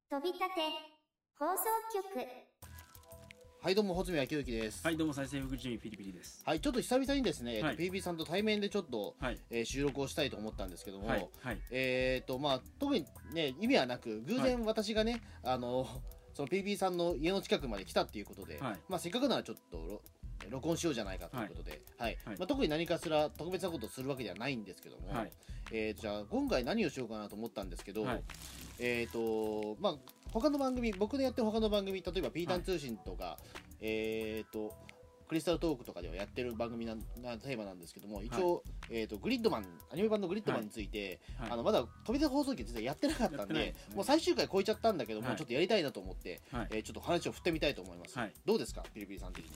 飛び立て放送局。 はい、どうも、穂積昭之です。 はい、どうも、再生福祉ピリピリです。 はい、ちょっと久々にですね、 はい、 PB さんと対面でちょっと、 はい、 収録をしたいと思ったんですけども、 はいはい、 まあ、特にね、意味はなく、偶然私がね、その PB さんの家の近くまで来たっていうことで、 はい、 まあ、せっかくならちょっと録音しようじゃないかということで、はいまあ、特に何かしら特別なことをするわけではないんですけども、じゃあ今回何をしようかなと思ったんですけど、まあ他の番組、僕でやってる他の番組、例えばピータン通信とか、クリスタルトークとかではやってる番組なテーマなんですけども、一応、グリッドマン、アニメ版のグリッドマンについて、まだ飛び出放送機実はやってなかったんで、もう最終回超えちゃったんだけども、ちょっとやりたいなと思って、ちょっと話を振ってみたいと思います。どうですか、ピリピリさん的に。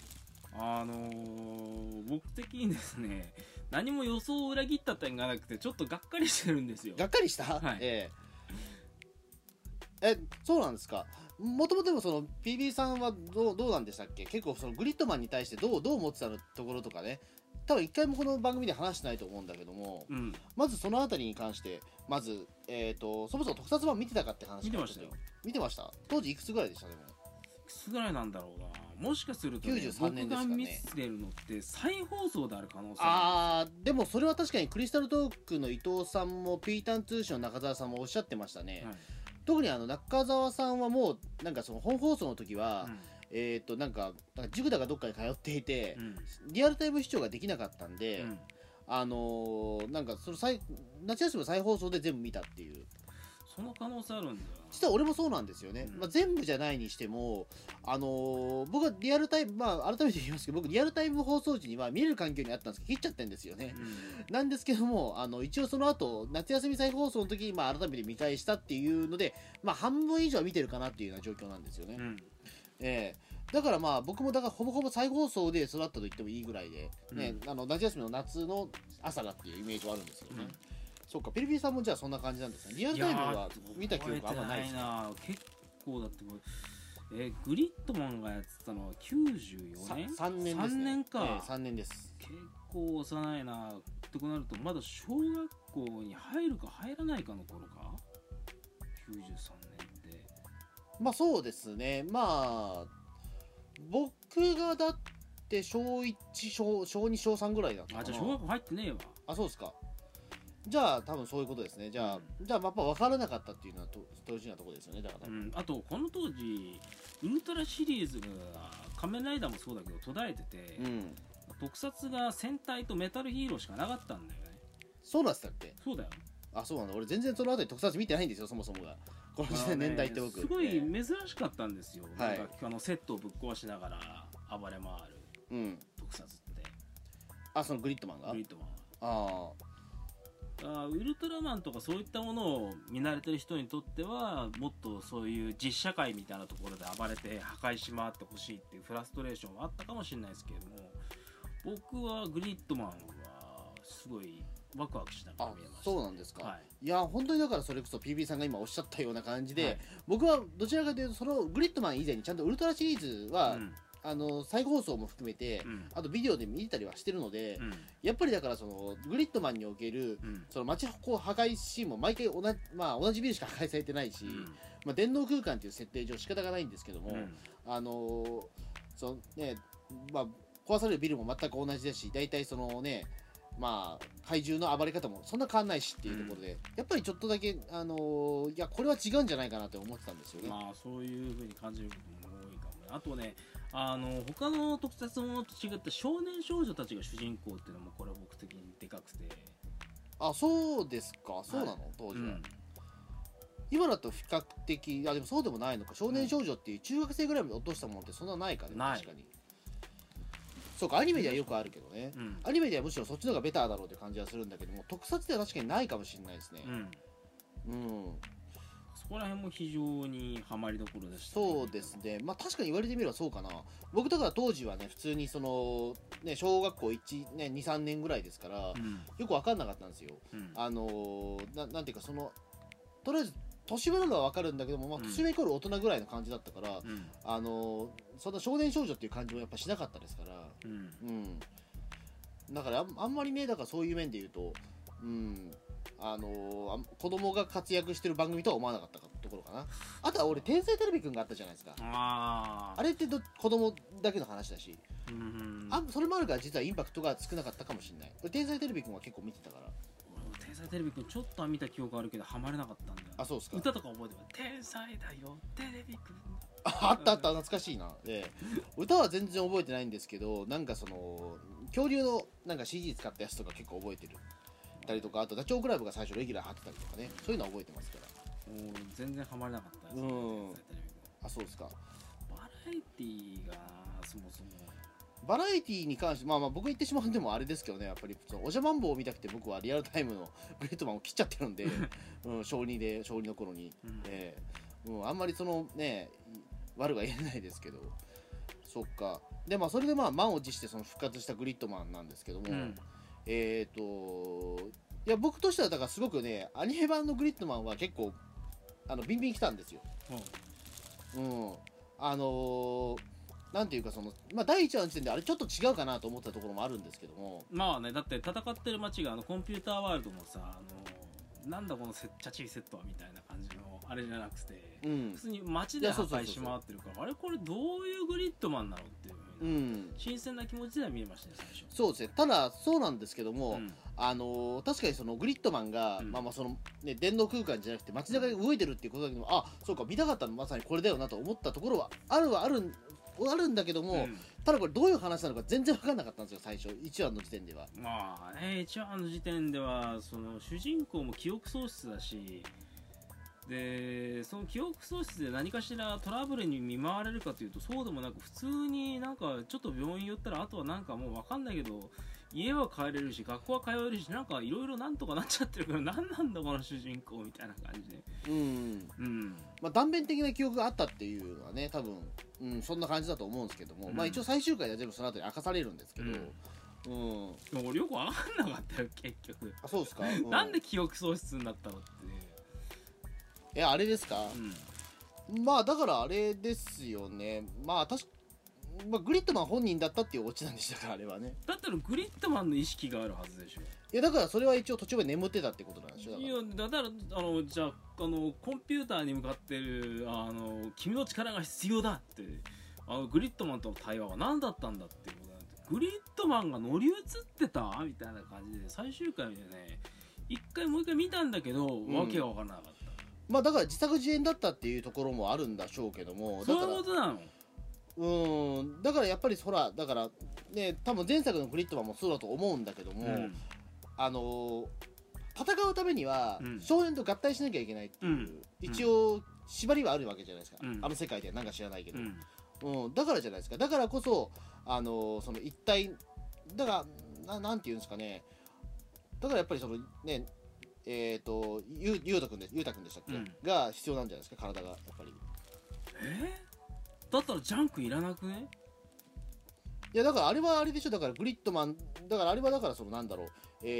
僕的にですね、何も予想を裏切った点がなくて、ちょっとがっかりしてるんですよ。 がっかりした、 はい、 そうなんですか。もともとでもその PB さんはどうなんでしたっけ。結構そのグリッドマンに対してどう思ってたところとかね、多分一回もこの番組で話してないと思うんだけども、まずそのあたりに関して、まず、そもそも特撮版見てたかって話。 見てましたよ。 見てました。当時いくつぐらいでしたでも。 いくつぐらいなんだろうな。もしかすると、 93年ですかね。 僕が見てるのって再放送である可能性ある。でもそれは確かにクリスタルトークの伊藤さんもピータン通信の中澤さんもおっしゃってましたね。特に中澤さんはもうなんかその本放送の時は、なんかジグダがどっかに通っていて、リアルタイム視聴ができなかったんで、なんかその夏休みの再放送で全部見たっていう。 その可能性あるんだよ。 実は俺もそうなんですよね。まあ、全部じゃないにしても、僕はリアルタイム、まあ改めて言いますけど、僕リアルタイム放送時には見れる環境にあったんですけど、切っちゃってんですよね。なんですけども、一応その後、夏休み再放送の時に、まあ改めて見返したっていうので、まあ半分以上は見てるかなっていうような状況なんですよね。だからまあ僕もだからほぼほぼ再放送で育ったと言ってもいいぐらいで、ね、夏休みの夏の朝だっていうイメージはあるんですよね。そうか、ピリピリさんもじゃあそんな感じなんですね。リアルタイムは見た記憶あんまないですか。 結構だってこれ、グリッドマンがやってたのは94年 3年ですね。 3年か、 3年です。 結構幼いなってなると、まだ小学校に入るか入らないかの頃か、93年って。 まあそうですね。まあ僕がだって小1小2小3ぐらいだったかな。 じゃあ小学校入ってねえわ。 そうですか。じゃあ多分そういうことですね。じゃあやっぱ分からなかったっていうのは当時なところですよね。だから、 あとこの当時ウルトラシリーズが仮面ライダーもそうだけど途絶えてて、特撮が戦隊とメタルヒーローしかなかったんだよね。 そうなんですっけ。 そうだよ。 そうなんだ。俺全然その後に特撮見てないんですよ、そもそもが。この年代って僕、 すごい珍しかったんですよ。なんかセットをぶっ壊しながら暴れ回る、特撮って。 そのグリッドマンが。 グリッドマンは。ウルトラマンとかそういったものを見慣れてる人にとっては、もっとそういう実社会みたいなところで暴れて破壊し回ってほしいっていうフラストレーションはあったかもしれないですけれども、僕はグリッドマンはすごいワクワクしながら見えました。 そうなんですか。いや本当にだからそれこそ PB さんが今おっしゃったような感じで、僕はどちらかというとそのグリッドマン以前にちゃんとウルトラシリーズは、再放送も含めて、あとビデオで見たりはしてるので、やっぱりだからそのグリッドマンにおける、その街破壊シーンも毎回同じビルしか破壊されてないし、電脳空間っていう設定上仕方がないんですけども、そのね、壊されるビルも全く同じだし、大体そのね、怪獣の暴れ方もそんな変わんないしっていうところで、やっぱりちょっとだけいやこれは違うんじゃないかなと思ってたんですよね。 そういう風に感じることも多いかもね。あとね、他の特撮ものと違って少年少女たちが主人公っていうのもこれは僕的にでかくて。 そうですか。そうなの、当時は。今だと比較的、でもそうでもないのか。少年少女っていう中学生ぐらいまで落としたものってそんなないかね。確かに。そうか、アニメではよくあるけどね、アニメではむしろそっちの方がベターだろうって感じはするんだけども、特撮では確かにないかもしれないですね。 そこら辺も非常にハマりどころでした、 そうですね。確かに言われてみればそうかな。僕だから当時はね、普通にそのね、小学校1年2、3年ぐらいですから、よく分かんなかったんですよ。なんていうか、そのとりあえず年上なのは分かるんだけども、年上イコール大人ぐらいの感じだったから、そんな少年少女っていう感じもやっぱしなかったですから、だからあんまりね、だからそういう面で言うと、 子供が活躍してる番組とは思わなかったところかな。あとは俺天才テレビくんがあったじゃないですか。あれって子供だけの話だし、それもあるから実はインパクトが少なかったかもしれない。天才テレビくんは結構見てたから。 天才テレビくんちょっとは見た記憶あるけどハマれなかったんだよ。 あ、そうですか。 歌とか覚えてます。天才だよテレビくん。 あった懐かしいな。歌は全然覚えてないんですけど、なんかその恐竜のなんか CG 使ったやつとか結構覚えてるたりとか、あとダチョウ倶楽部が最初レギュラー張ってたりとかね、そういうのは覚えてますから。 全然ハマれなかったです、 あ、そうですか。 バラエティーがそもそもバラエティーに関して僕言ってしまうんでもあれですけどね、やっぱりそのおじゃまんぼを見たくて僕はリアルタイムのグリッドマンを切っちゃってるんで小2の頃に、あんまりそのね悪が言えないですけど、そっか。でそれで満を持してその復活したグリッドマンなんですけども、いや僕としてはだからすごくね、アニメ版のグリッドマンは結構ビンビン来たんですよ。なんていうかその、第1話の時点であれちょっと違うかなと思ったところもあるんですけども、 だって戦ってる街がコンピューターワールドもさ、なんだこのチャチーセットはみたいな感じのあれじゃなくて、普通に街で破壊し回ってるから、あれこれどういうグリッドマンなのっていう新鮮な気持ちでは見えましたね最初。 そうですね。ただそうなんですけども、確かにそのグリッドマンが、そのね電脳空間じゃなくて街中で動いてるっていうことだけども、あ、そうか見たかったのまさにこれだよなと思ったところはあるんだけども、ただこれどういう話なのか全然分かんなかったんですよ最初1話の時点では。 1話の時点ではその主人公も記憶喪失だし、でその記憶喪失で何かしらトラブルに見舞われるかというとそうでもなく、普通になんかちょっと病院寄ったらあとはなんかもう分かんないけど家は帰れるし学校は通えるし、なんかいろいろなんとかなっちゃってるから何なんだこの主人公みたいな感じで、 断片的な記憶があったっていうのはね多分、そんな感じだと思うんですけども、一応最終回では全部その後に明かされるんですけど、 俺よく分かんなかったよ結局。 あ、そうですか。 なんで記憶喪失になったのって。 あれですか、だからあれですよね。グリッドマン本人だったっていうオチなんでしたから、あれはね。 だったらグリッドマンの意識があるはずでしょ。 いやだからそれは一応途中まで眠ってたってことなんでしょ。 いやだからじゃあコンピューターに向かってる君の力が必要だってグリッドマンとの対話は何だったんだっていうことなんで、グリッドマンが乗り移ってたみたいな感じで最終回でねもう一回見たんだけど、わけが分からなかった。 だから自作自演だったっていうところもあるんでしょうけども、 そういうことなの。 だからやっぱりだからね、多分前作のグリッドマンもそうだと思うんだけども、戦うためには少年と合体しなきゃいけないっていう、一応縛りはあるわけじゃないですか、あの世界でなんか知らないけど、だからじゃないですか。だからこそその一体だからなんていうんですかね、だからやっぱりそのねゆうたくんでしたっけ、が必要なんじゃないですか、体がやっぱり。 だったらジャンクいらなくね。 いやだからあれはあれでしょ。だからグリッドマンだからあれはだからそのなんだろう、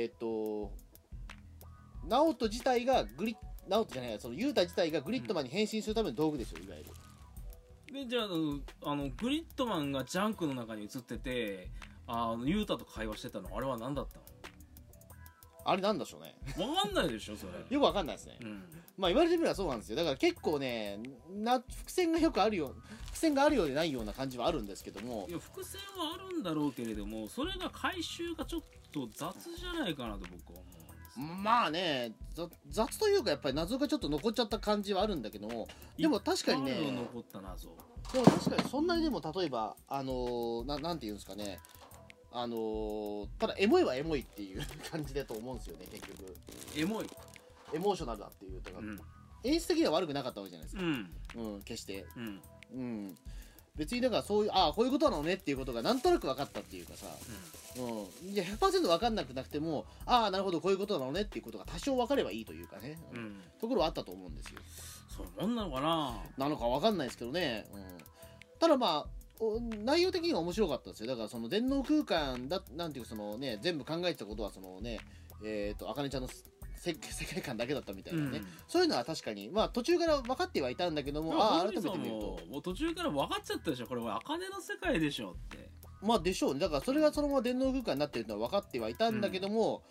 ナオト自体がナオトじゃない、そのユータ自体がグリッドマンに変身するための道具ですよ、いわゆる。 でじゃあグリッドマンがジャンクの中に映っててユータと会話してたの、あれは何だったの。 あれなんでしょうね。 分かんないでしょそれ。 よく分かんないですね。言われてみればそうなんですよ。だから結構ね伏線があるようでないような感じはあるんですけども。 いや伏線はあるんだろうけれども、それが回収がちょっと雑じゃないかなと僕は思うんです。 雑というかやっぱり謎がちょっと残っちゃった感じはあるんだけども、でも確かにね残った謎。 でも確かにそんなにでも例えばなんていうんですかね、ただエモいはエモいっていう感じだと思うんですよね結局。エモーショナルだっていうとか、演出的には悪くなかったわけじゃないですか、決して、別にだからそういうこういうことなのねっていうことがなんとなく分かったっていうかさ、いや 100% 分かんなくなくてもなるほどこういうことなのねっていうことが多少分かればいいというかね、ところはあったと思うんですよ。 そうなんなのかなのか分かんないですけどね、ただ内容的には面白かったですよ。だからその電脳空間なんていうそのね全部考えてたことはそのねあかねちゃんの世界観だけだったみたいなね、そういうのは確かに途中から分かってはいたんだけども、改めて見るともう途中から分かっちゃったでしょ、これはあかねの世界でしょって。 でしょうね。だからそれがそのまま電脳空間になってるのは分かってはいたんだけども、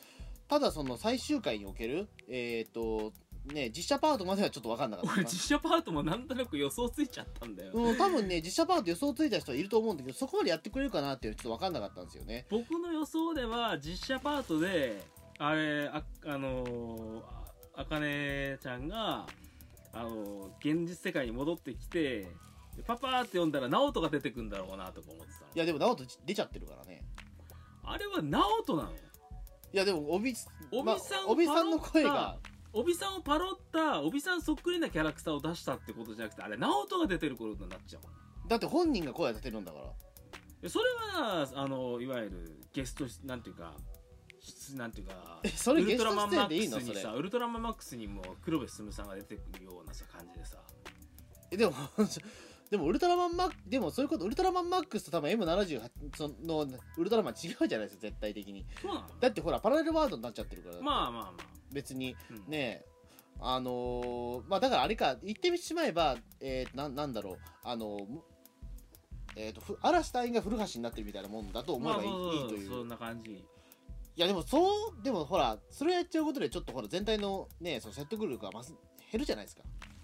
ただその最終回におけるね、実写パートまではちょっと分かんなかった俺実写パートもなんとなく予想ついちゃったんだよ、 多分ね実写パート予想ついた人はいると思うんだけど、そこまでやってくれるかなっていうのちょっと分かんなかったんですよね。 僕の予想では実写パートであれあかねちゃんが現実世界に戻ってきてパパーって読んだらナオトが出てくんだろうなとか思ってたの。 いやでもナオト出ちゃってるからね。 あれはナオトなの？ いやでもおびさんの声がおびさんをパロったおびさんそっくりなキャラクターを出したってことじゃなくて、あれナオトが出てることになっちゃう。 だって本人が声を立てるんだから。 それはいわゆるゲストなんていうかそれウルトラマンマックスにゲスト出演でいいのそれ。 ウルトラマンマックスにも黒部進さんが出てくるようなさ感じでさ。 でもウルトラマンマックス、でもそういうことウルトラマンマックスと多分 M78 のウルトラマン違うじゃないですか絶対的に。 そうなの？ だってほらパラレルワールドになっちゃってるから。 まあ別に、 うん、 ねまあだからあれか言ってしまえばなんだろう嵐隊員が古橋になってるみたいなもんだと思えばいいという。 そんな感じ。 いやでもほらそれやっちゃうことでちょっとほら全体のねその説得力が減るじゃないですか。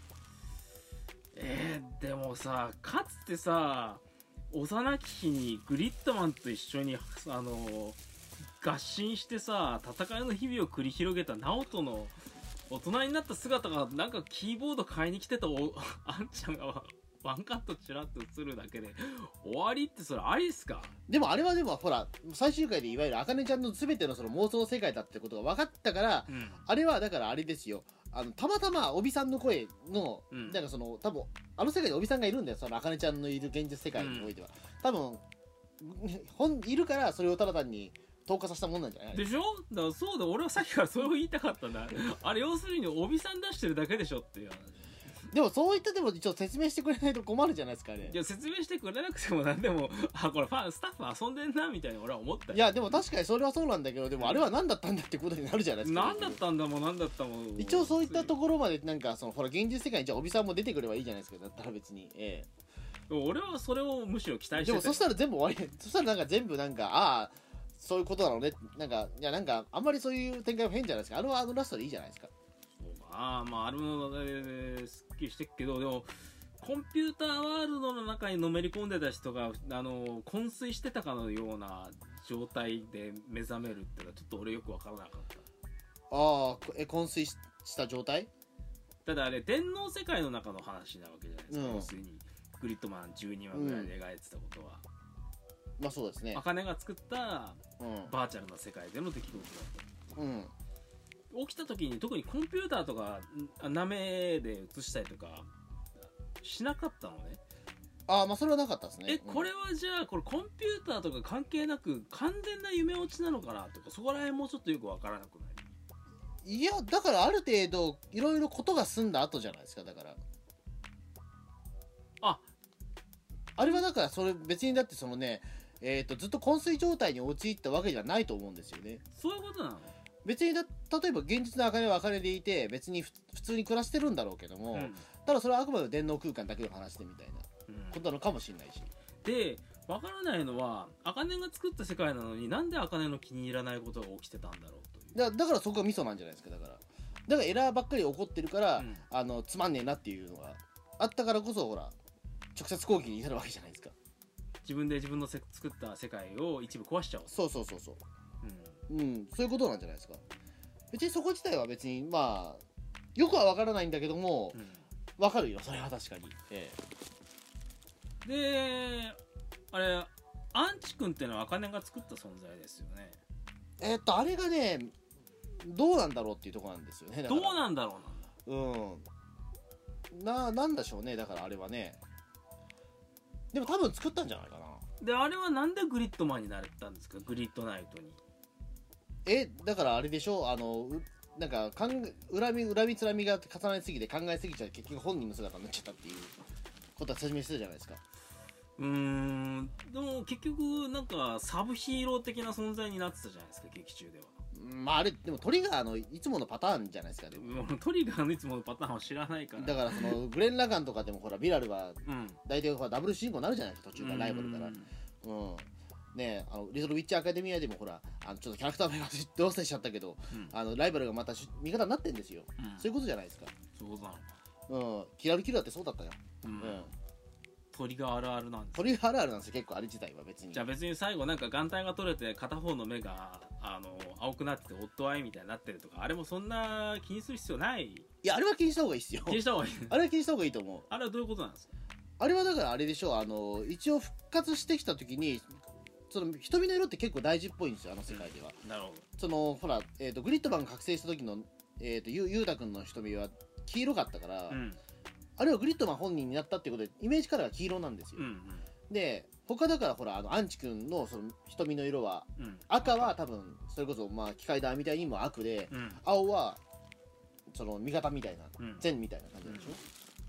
でもさかつてさ幼き日にグリッドマンと一緒に合心してさ戦いの日々を繰り広げたナオトの大人になった姿がなんかキーボード買いに来てたあんちゃんがワンカットチラッと映るだけで終わりってそれありっすか？ でもあれはでもほら最終回でいわゆる茜ちゃんの全てのその妄想の世界だってことが分かったから、あれはだからあれですよ、たまたまおびさんの声の、なんかその多分世界におびさんがいるんだよ、その茜ちゃんのいる現実世界においては、多分いるからそれをただ単に投下させたもんなんじゃないでしょ？だからそうだ、俺はさっきからそれを言いたかったんだあれ要するにおびさん出してるだけでしょっていう話。 でもそういったでも一応説明してくれないと困るじゃないですかね。 いや説明してくれなくてもなんでもこれスタッフ遊んでんなみたいに俺は思ったよ。 いやでも確かにそれはそうなんだけど、でもあれは何だったんだってことになるじゃないですか。 何だったんだもん何だったもん。 一応そういったところまでなんかそのほら現実世界にじゃあおびさんも出てくればいいじゃないですか。だったら別に俺はそれをむしろ期待してた。 でもそしたら全部終わりそしたらなんか全部なんかそういうことなのね、なんかいやなんかあんまりそういう展開は変じゃないですか。あのラストでいいじゃないですか。 まああれもすっきりしてっけど、でもコンピューターワールドの中にのめり込んでた人が昏睡してたかのような状態で目覚めるってのはちょっと俺よく分からなかった。 昏睡した状態？ ただあれ電脳世界の中の話なわけじゃないですか、要するにグリッドマン12話ぐらいで描いてたことは、 まあそうですね、 茜が作ったバーチャルな世界での出来事だった。起きた時に特にコンピューターとかなめで映したりとかしなかったのね。 まあそれはなかったですね。 これはじゃあこれコンピューターとか関係なく完全な夢落ちなのかなとか、そこら辺もちょっとよくわからなくない？ いやだからある程度いろいろことが済んだ後じゃないですか。だからあれはだからそれ別にだってそのねずっと昏睡状態に陥ったわけじゃないと思うんですよね。 そういうことなの？ 別に例えば現実の茜は茜でいて別に普通に暮らしてるんだろうけども、ただそれはあくまで電脳空間だけの話でみたいなことなのかもしれないし、 で分からないのは茜が作った世界なのになんで茜の気に入らないことが起きてたんだろうという。 だからそこがミソなんじゃないですか。だからエラーばっかり起こってるから、つまんねえなっていうのがあったからこそほら直接攻撃に至るわけじゃないですか。 自分で自分の作った世界を一部壊しちゃう。 そう、そういうことなんじゃないですか。別にそこ自体は別にまあよくは分からないんだけども、分かるよそれは確かに。 であれアンチ君っていうのは茜が作った存在ですよね。 あれがねどうなんだろうっていうところなんですよね。だからどうなんだろうなんでしょうね。だからあれはねでも多分作ったんじゃないかな。 であれはなんでグリッドマンになれたんですか？グリッドナイトに。 だからあれでしょ、なんか恨みつらみが重なりすぎて考えすぎちゃう結局本人の姿になっちゃったっていうことは説明してるじゃないですか。 でも結局なんかサブヒーロー的な存在になってたじゃないですか劇中では。 まああれでもトリガーのいつものパターンじゃないですか。でもトリガーのいつものパターンを知らないから。 だからそのグレン・ラガンとかでもほらビラルは大体ダブル主人公になるじゃないですか途中からライバルから。 ね、リトルウィッチアカデミアでもほらちょっとキャラクター名がどうせしちゃったけど、ライバルがまた味方になってんですよ、そういうことじゃないですか。 そうなのか。 キラルキルだってそうだったよ。 トリガーあるあるなんです。 トリガーあるあるなんですよ、結構あれ自体は別に。 じゃあ別に最後なんか眼帯が取れて片方の目が青くなっててオットアイみたいになってるとか、あれもそんな気にする必要ない。 いや、あれは気にした方がいいっすよ。 気にした方がいい。 あれは気にした方がいいと思う。 あれはどういうことなんですか。 あれはだからあれでしょう、一応復活してきた時にその瞳の色って結構大事っぽいんですよ、世界では。 なるほど。 そのほら、グリッドマンが覚醒した時のゆうたくんの瞳は黄色かったから、あれはグリッドマン本人になったってことでイメージカラーが黄色なんですよ。で他だからほらアンチ君のその瞳の色は、赤は多分それこそまあ機械だみたいにも悪で、青はその味方みたいな、善みたいな感じでしょ。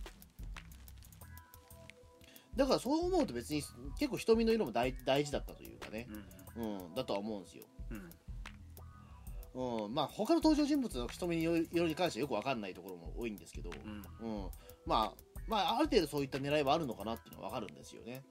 だからそう思うと別に結構瞳の色も大事だったというかね、だとは思うんですよ。まあ他の登場人物の瞳の色に関してはよく分かんないところも多いんですけど、まあある程度そういった狙いはあるのかなっていうのは分かるんですよね。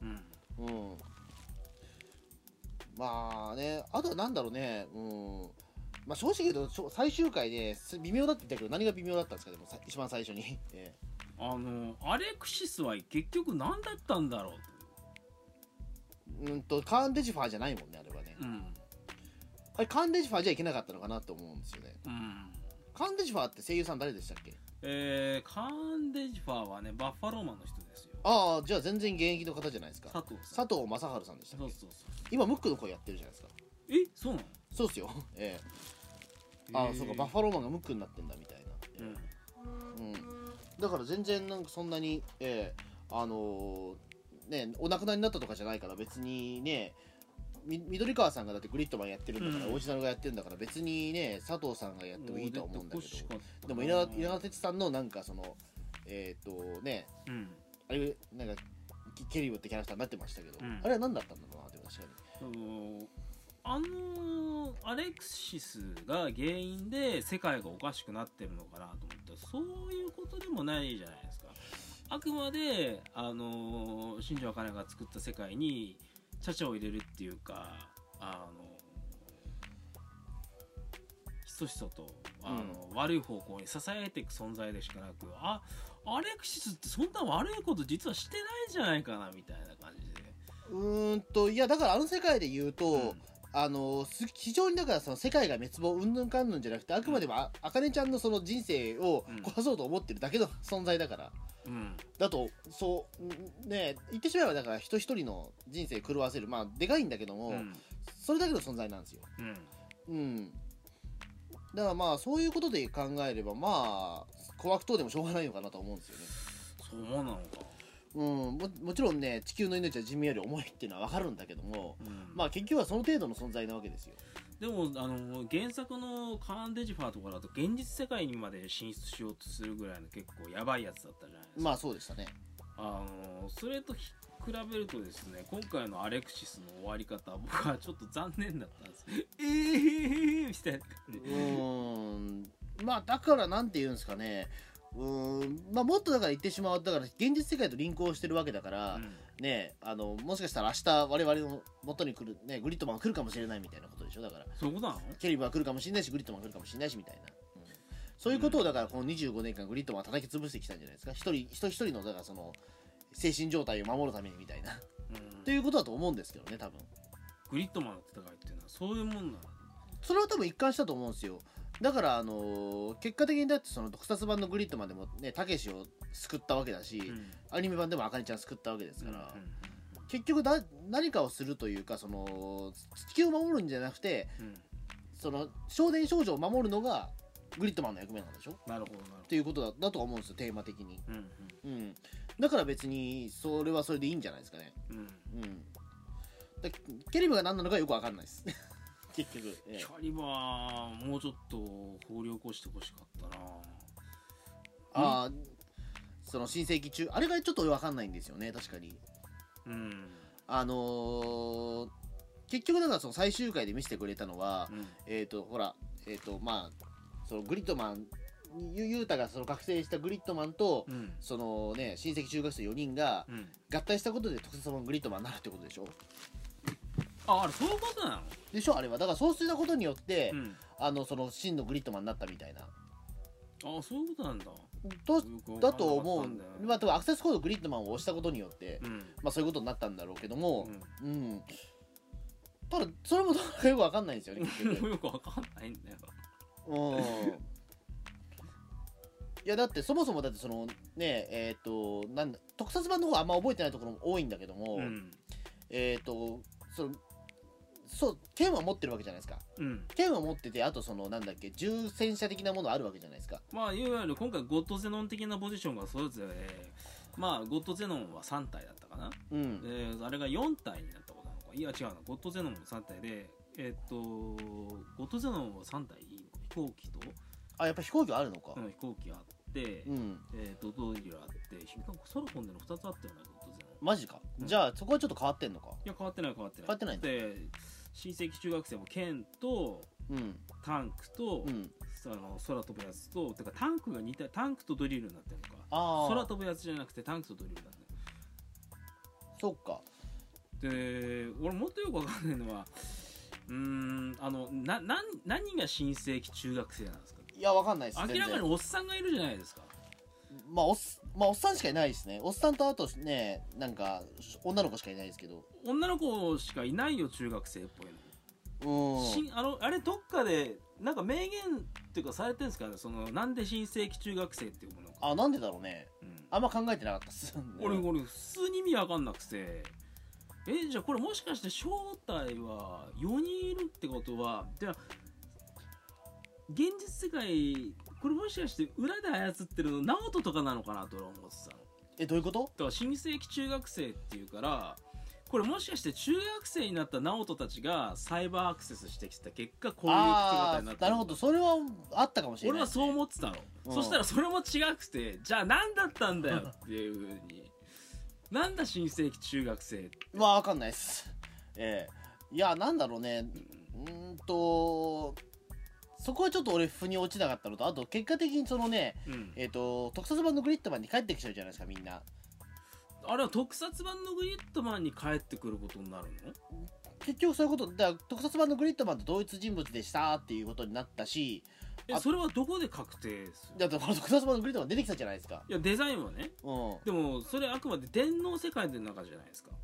まあね、あとはなんだろうね、まあ正直言うと最終回で微妙だって言ったけど、何が微妙だったんですか、でも一番最初に。 アレクシスは結局何だったんだろうと。カーン・デジファーじゃないもんね、あれはね。あれカーン・デジファーじゃいけなかったのかなと思うんですよね。カーン・デジファーって声優さん誰でしたっけ。 カーン・デジファーはね、バッファローマンの人ですよ。 ああ、じゃあ全然現役の方じゃないですか。佐藤正治さんでしたっけ。 そう今ムックの声やってるじゃないですか。 そうなの。 そうっすよ。そうか、バッファローマンがムックになってんだみたいな。だから全然なんかそんなにね、お亡くなりになったとかじゃないから別にね、緑川さんがだってグリッドマンやってるんだから、オリジナルがやってるんだから別にね、佐藤さんがやってもいいと思うんだけど、でも稲川哲さんのなんかそのね、あれなんかケリブってキャラクターになってましたけど、あれは何だったんだろうなって確かに。 アレクシスが原因で世界がおかしくなってるのかなと思ったら、そういうことでもないじゃないですか。あくまで新庄茜が作った世界にチャチャを入れるっていうか、ひそひそと悪い方向に支えていく存在でしかなく、アレクシスってそんな悪いこと実はしてないんじゃないかなみたいな感じで。 いやだから世界で言うと、非常にだからその世界が滅亡うんぬんかんぬんじゃなくて、あくまでもあかねちゃんのその人生を壊そうと思ってるだけの存在だから、だとそうね、言ってしまえばだから人一人の人生狂わせる、まあでかいんだけども、それだけの存在なんですよ。だからまあそういうことで考えればまあ怖くとでもしょうがないのかなと思うんですよね。 そうなのか。 もちろんね、地球の命は人命より重いっていうのは分かるんだけども、まあ結局はその程度の存在なわけですよ。 でも原作のカーン・デジファーとかだと現実世界にまで進出しようとするぐらいの結構やばいやつだったじゃないですか。 まあそうでしたね。 それと比べるとですね、今回のアレクシスの終わり方は僕はちょっと残念だったんです。みたいな感じ。まあだからなんて言うんですかね、まあもっとだから言ってしまう、だから現実世界とリンクをしてるわけだから、ね、もしかしたら明日我々の元に来るねグリッドマンが来るかもしれないみたいなことでしょ。だからそういうことなの。 ケリブは来るかもしれないし、グリッドマンが来るかもしれないしみたいな、そういうことをだからこの25年間グリッドマンは叩き潰してきたんじゃないですか。人一人のだからその精神状態を守るためにみたいな、ということだと思うんですけどね、多分。 グリッドマンの戦いっていうのはそういうもんなの。 それは多分一貫したと思うんですよ。だから結果的にだってその特撮版のグリッドマンでもね、たけしを救ったわけだし、アニメ版でもあかねちゃん救ったわけですから、結局何かをするというか、その地球を守るんじゃなくて、その少年少女を守るのがグリッドマンの役目なんでしょ。 なるほどっていうことだと思うんですよ、テーマ的に。だから別にそれはそれでいいんじゃないですかね。ケリブが何なのかよく分かんないです結局。 キャリバーもうちょっと掘り起こしてほしかったな。 その新世紀中あれがちょっと分かんないんですよね、確かに。結局だからその最終回で見せてくれたのは、ほらまあそのグリッドマンユータがその覚醒したグリッドマンと、そのね親戚中学生4人が合体したことで特撮のグリッドマンになるってことでしょ。 あれそういうことなの？ でしょあれは。だからそうしたことによって、 うん、 その真のグリッドマンになったみたいな。 あ、そういうことなんだだと思う。まあ、多分アクセスコードグリッドマンを押したことによって、 うん、 まあそういうことになったんだろうけども、 うん、 うん、ただそれもよくわかんないんですよね結局。 よくわかんないんだよ。 うん。いやだってそもそもだってそのねなんだ特撮版の方はあんま覚えてないところも多いんだけども、うん、そう剣は持ってるわけじゃないですか、うん、剣は持ってて、あとそのなんだっけ重戦車的なものあるわけじゃないですか。 まあいわゆる今回ゴッドゼノン的なポジションがそれぞれ、まあゴッドゼノンは3体だったかな、うん、あれが4体になったことなのか。いや違うな、ゴッドゼノンも3体でゴッドゼノンは3体いいのか、飛行機とやっぱ飛行機あるのか、 うん、飛行機あって、うん、ドリルあって、空飛んでるの2つあったよね、ゴッドゼノン。 マジか、うん、じゃあそこはちょっと変わってんのか。 いや変わってない変わってないんだ。 で親戚中学生も剣と、うん、タンクと、うん、空飛ぶやつと、てかタンクが2体、タンクとドリルになってるのか。空飛ぶやつじゃなくてタンクとドリルになってる。 そっか。 で俺もっとよくわかんないのは何が新世紀中学生なんですか。 いやわかんないです。 明らかにおっさんがいるじゃないですか。 まあおっさんしかいないですね。おっさんとあとね、なんか女の子しかいないですけど。 女の子しかいないよ、中学生っぽいの。あれどっかでなんか明言っていうかされてるんですかね、そのなんで新世紀中学生っていうものか。 なんでだろうね、うん、あんま考えてなかったっす。 俺普通に意味わかんなくて、じゃあこれもしかして正体は4人いるってことは、じゃあ現実世界これもしかして裏で操ってるのナオトとかなのかなと思ってた。 どういうこと？ だから新世紀中学生っていうから、これもしかして中学生になったナオトたちがサイバーアクセスしてきた結果こういう姿になった。 なるほど、それはあったかもしれない、ね、 俺はそう思ってたの、うん、そしたらそれも違くて、じゃあ何だったんだよっていう風になんだ新世紀中学生って。 まあわかんないっす。いやなんだろうね、そこはちょっと俺腑に落ちなかったのと、あと結果的にそのね、うん、特撮版のグリッドマンに帰ってきちゃうじゃないですか、みんな。 あれは特撮版のグリッドマンに帰ってくることになるの？ 結局そういうことだ。特撮版のグリッドマンと同一人物でしたっていうことになったし、 それはどこで確定する？ だって特撮版のグリッドマン出てきたじゃないですか。 いやデザインはね、うん、でもそれあくまで電脳世界の中じゃないですか。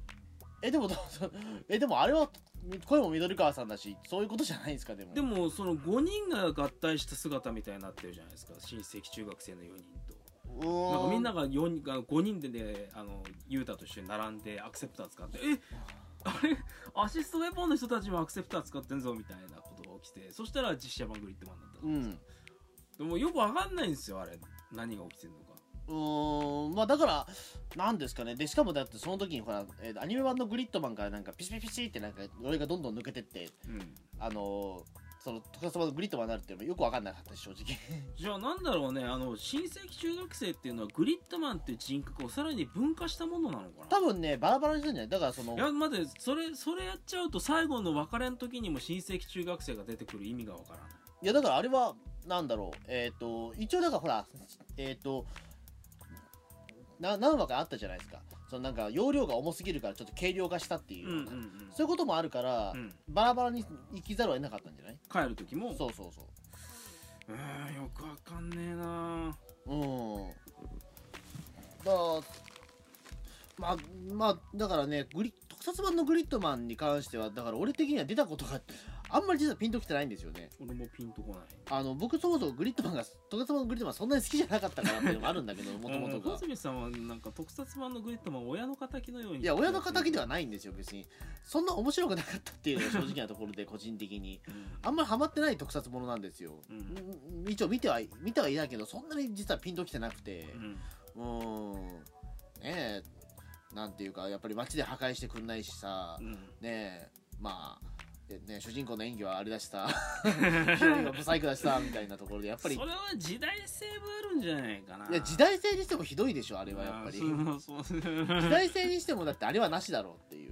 でもあれは声も緑川さんだし、そういうことじゃないですか。でもその5人が合体した姿みたいになってるじゃないですか、新世紀中学生の4人と。なんかみんなが5人でね、ユータと一緒に並んでアクセプター使って、あれアシストウェポンの人たちもアクセプター使ってんぞみたいなことが起きて、そしたら実写版グリッドマンだったじゃないですか、うん、でもよくわかんないんですよ、あれ何が起きてんのか。 まあだからなんですかね。でしかもだってその時にほら、アニメ版のグリッドマンからなんかピシピシピシってなんか俺がどんどん抜けてって、うん、その特撮版のグリッドマンになるっていうのもよく分かんなかったし、正直。 じゃあなんだろうね、新世紀中学生っていうのはグリッドマンっていう人格をさらに分化したものなのかな。 多分ねバラバラにしたんじゃない。だからそのいや待って、それやっちゃうと最後の別れの時にも新世紀中学生が出てくる意味が分からない。 いやだからあれはなんだろう、一応だからほら何話かあったじゃないですか。そのなんか容量が重すぎるからちょっと軽量化したっていう、そういうこともあるから、うん、バラバラに生きざるを得なかったんじゃない。 帰る時も。 そうよくわかんねえな。 まあだからね、特撮版のグリッドマンに関してはだから俺的には出たことがあんまり実はピンときてないんですよね。 俺もピンとこない。 僕そもそも特撮版のグリッドマンそんなに好きじゃなかったからっていうのもあるんだけど、もともとが。 小泉さんはなんか特撮版のグリッドマンを親の敵のように。 いや親の敵ではないんですよ、別に。そんな面白くなかったっていうのが正直なところで個人的に、あんまりハマってない特撮ものなんですよ。一応見てはいないけど、そんなに実はピンときてなくて、ねえ、なんていうかやっぱり街で破壊してくんないしさ、ねえ、まあ。ね、主人公の演技はあれだしさヒロインはブサイクだしさみたいなところでやっぱりそれは時代性もあるんじゃないかな。 いや時代性にしてもひどいでしょあれは。やっぱり時代性にしてもだってあれはなしだろうっていう。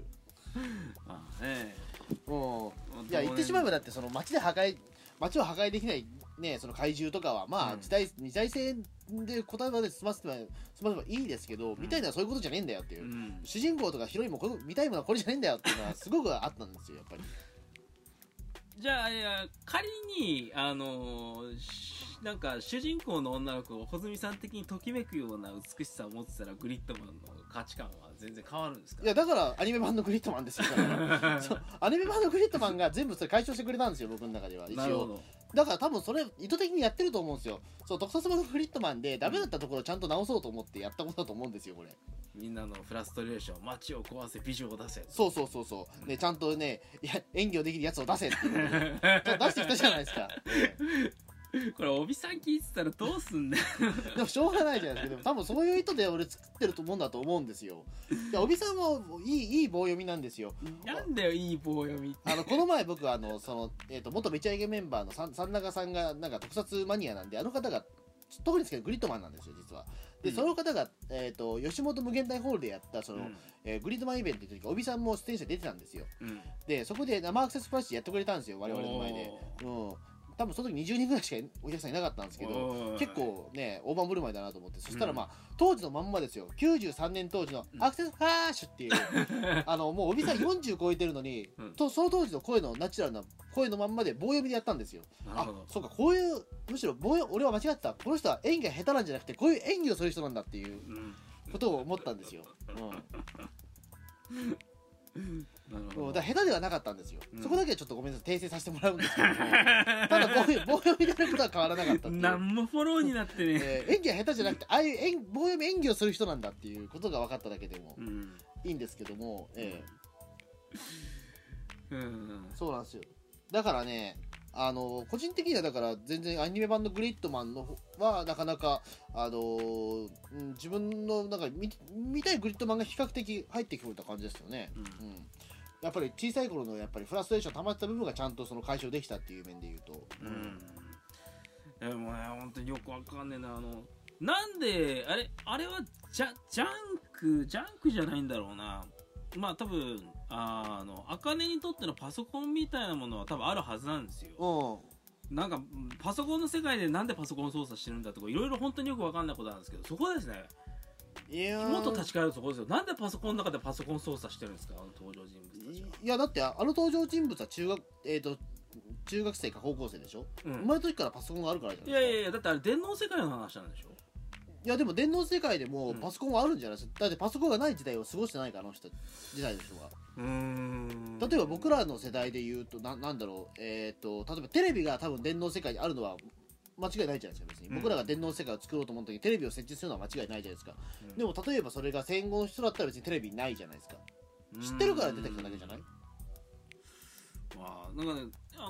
いや言ってしまえばだってその街を破壊できないね、その怪獣とかはまあ時代性で答えまで済ませばいいですけど、見たいのはそういうことじゃねえんだよっていう、主人公とかヒロインも見たいものはこれじゃねえんだよっていうのはすごくあったんですよやっぱり。 じゃあ仮になんか主人公の女の子を穂積さん的にときめくような美しさを持ってたらグリッドマンの価値観は全然変わるんですか？ いやだからアニメ版のグリッドマンですよそうアニメ版のグリッドマンが全部それ解消してくれたんですよ僕の中では一応。だから多分それ意図的にやってると思うんですよ。そう特撮版のグリッドマンでダメだったところをちゃんと直そうと思ってやったことだと思うんですよこれ。 みんなのフラストレーション、街を壊せ、美女を出せ。 そうね、ちゃんとね演技をできるやつを出せっていうちょっと出してきたじゃないですかこれ帯さん聞いてたらどうすんねんでもしょうがないじゃないですか。でも多分そういう意図で俺作ってると思うんだと思うんですよ。いや帯さんもいい棒読みなんですよ。 なんだよいい棒読みってこの前僕元めちゃイケメンバーの三永さんがなんか特撮マニアなんで、あの方が特にですけどグリッドマンなんですよ実は。でその方が、吉本無限大ホールでやったグリッドマンイベントの時帯さんも出演者出てたんですよ、でそこで生アクセスプライスやってくれたんですよ我々の前で。多分その時20人ぐらいしかお客さんいなかったんですけど、結構ね大盤振る舞いだなと思って、そしたら当時のまんまですよ。93年当時のアクセスフラッシュっていうもう帯さん40超えてるのに、その当時の声のナチュラルな声のまんまで棒読みでやったんですよ。そうか、こういうむしろ俺は間違ってた、この人は演技が下手なんじゃなくてこういう演技をする人なんだっていうことを思ったんですよ。だから下手ではなかったんですよ、そこだけはちょっとごめんなさい訂正させてもらうんですけどもただ棒読みでやることは変わらなかったっていう。 何もフォローになってね、 演技は下手じゃなくてああいう棒読み演技をする人なんだっていうことが分かっただけでもいいんですけども、そうなんですよ。だからね個人的にはだから全然アニメ版のグリッドマンのはなかなか自分のなんか見たいグリッドマンが比較的入ってくる感じですよね。やっぱり小さい頃のやっぱりフラストレーション溜まってた部分がちゃんとその解消できたっていう面で言うと、 でもね本当によくわかんねえな。なんであれはジャンクじゃないんだろうな。まあ多分茜にとってのパソコンみたいなものは多分あるはずなんですよ。なんかパソコンの世界でなんでパソコン操作してるんだとかいろいろ本当によく分かんないことなんですけど、そこですね。もっと立ち返るところですよ。なんでパソコンの中でパソコン操作してるんですか登場人物たちは。 いやだって登場人物は中学生か高校生でしょ、生まれた時からパソコンがあるからじゃないですか。 いやだってあれ電脳世界の話なんでしょ。 いやでも電脳世界でもパソコンはあるんじゃないですか、だってパソコンがない時代を過ごしてないから時代の人が。例えば僕らの世代で言うとなんだろう、例えばテレビが多分電脳世界にあるのは間違いないじゃないですか別に、僕らが電脳世界を作ろうと思った時にテレビを設置するのは間違いないじゃないですか、でも例えばそれが戦後の人だったら別にテレビないじゃないですか。知ってるから出てきただけじゃない。 なんかね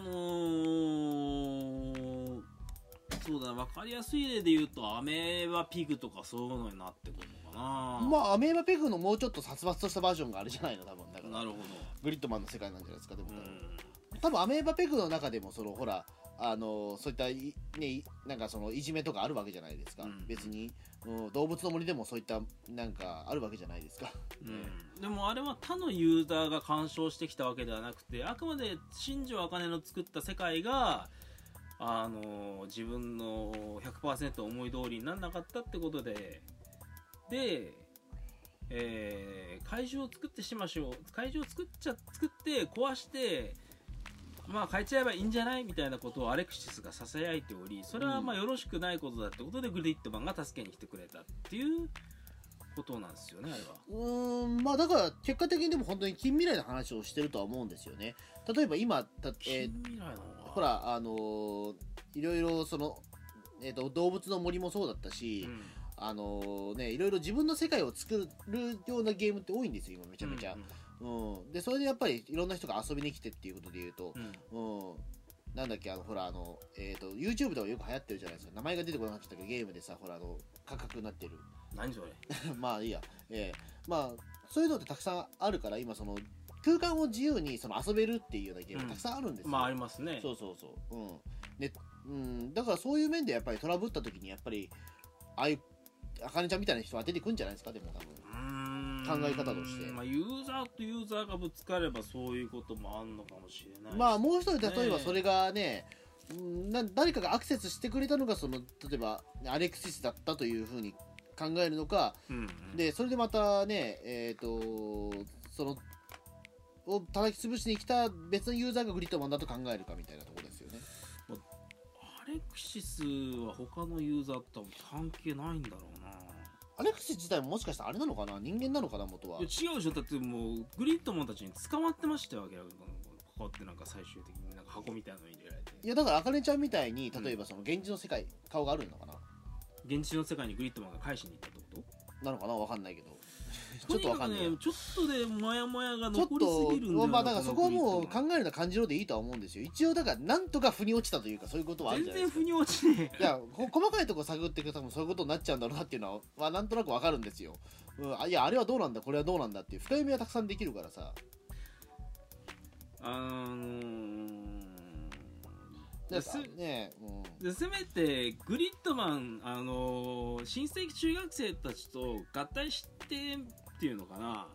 そうだな、分かりやすい例で言うとアメーバピグとかそういうのになってくるのかな。 アメーバピグのもうちょっと殺伐としたバージョンがあれじゃないの多分。だからなるほどグリッドマンの世界なんじゃないですか。でも多分アメーバペグの中でもほらそういったねなんかいじめとかあるわけじゃないですか、別に、動物の森でもそういったなんかあるわけじゃないですか、 でもあれは他のユーザーが干渉してきたわけではなくて、あくまで新庄茜の作った世界が自分の 100% 思い通りにならなかったってことで怪獣を作ってしましょう、怪獣を作って壊して変えちゃえばいいんじゃないみたいなことをアレクシスがささやいており、それはよろしくないことだってことでグリッドマンが助けに来てくれたっていうことなんですよねあれは。 だから結果的にでも本当に近未来の話をしてるとは思うんですよね。例えば今近未来のほらいろいろ動物の森もそうだったし、いろいろ自分の世界を作るようなゲームって多いんですよ今めちゃめちゃ。でそれでやっぱりいろんな人が遊びに来てっていうことで言うと、なんだっけほらYouTube ではよく流行ってるじゃないですか。名前が出てこなかったけどゲームでさほら価格になってる何それまあいいや、そういうのってたくさんあるから今空間を自由に遊べるっていうようなゲームたくさんあるんですよ。 ありますね。 でだからそういう面でやっぱりトラブった時にやっぱりああいうあかねちゃんみたいな人が出てくるんじゃないですか。でも多分考え方として、 ユーザーとユーザーがぶつかればそういうこともあるのかもしれない、 もう一人例えばそれがね、 誰かがアクセスしてくれたのがその例えばアレクシスだったというふうに考えるのか、でそれでまたねそのを叩き潰しに来た別のユーザーがグリッドマンだと考えるかみたいなところですよね。 アレクシスは他のユーザーと関係ないんだろうな。 アレクシス自体ももしかしたらあれなのかな、人間なのかな元は。 いや違うでしょ、だってもうグリッドマンたちに捕まってましたよわけだから、こうやってなんか最終的になんか箱みたいなのに入れられて。 いやだからあかねちゃんみたいに例えばその現実の世界、顔があるのかな、 現実の世界にグリッドマンが返しに行ったってことなのかな、わかんないけどちょっとわかんない、 ね、ちょっとでモヤモヤが残りすぎるんだよな。 まあだからそこはもう考えるのは感じろでいいとは思うんですよ。一応だからなんとか腑に落ちたというかそういうことはあるじゃないですか。 全然腑に落ちねえ。 いや細かいところ探っていくと多分そういうことになっちゃうんだろうなっていうのは、まあ、なんとなくわかるんですよ、いやあれはどうなんだこれはどうなんだっていう深読みはたくさんできるからさ。ね、 でせめてグリッドマン、新世紀中学生たちと合体してっていうのかな、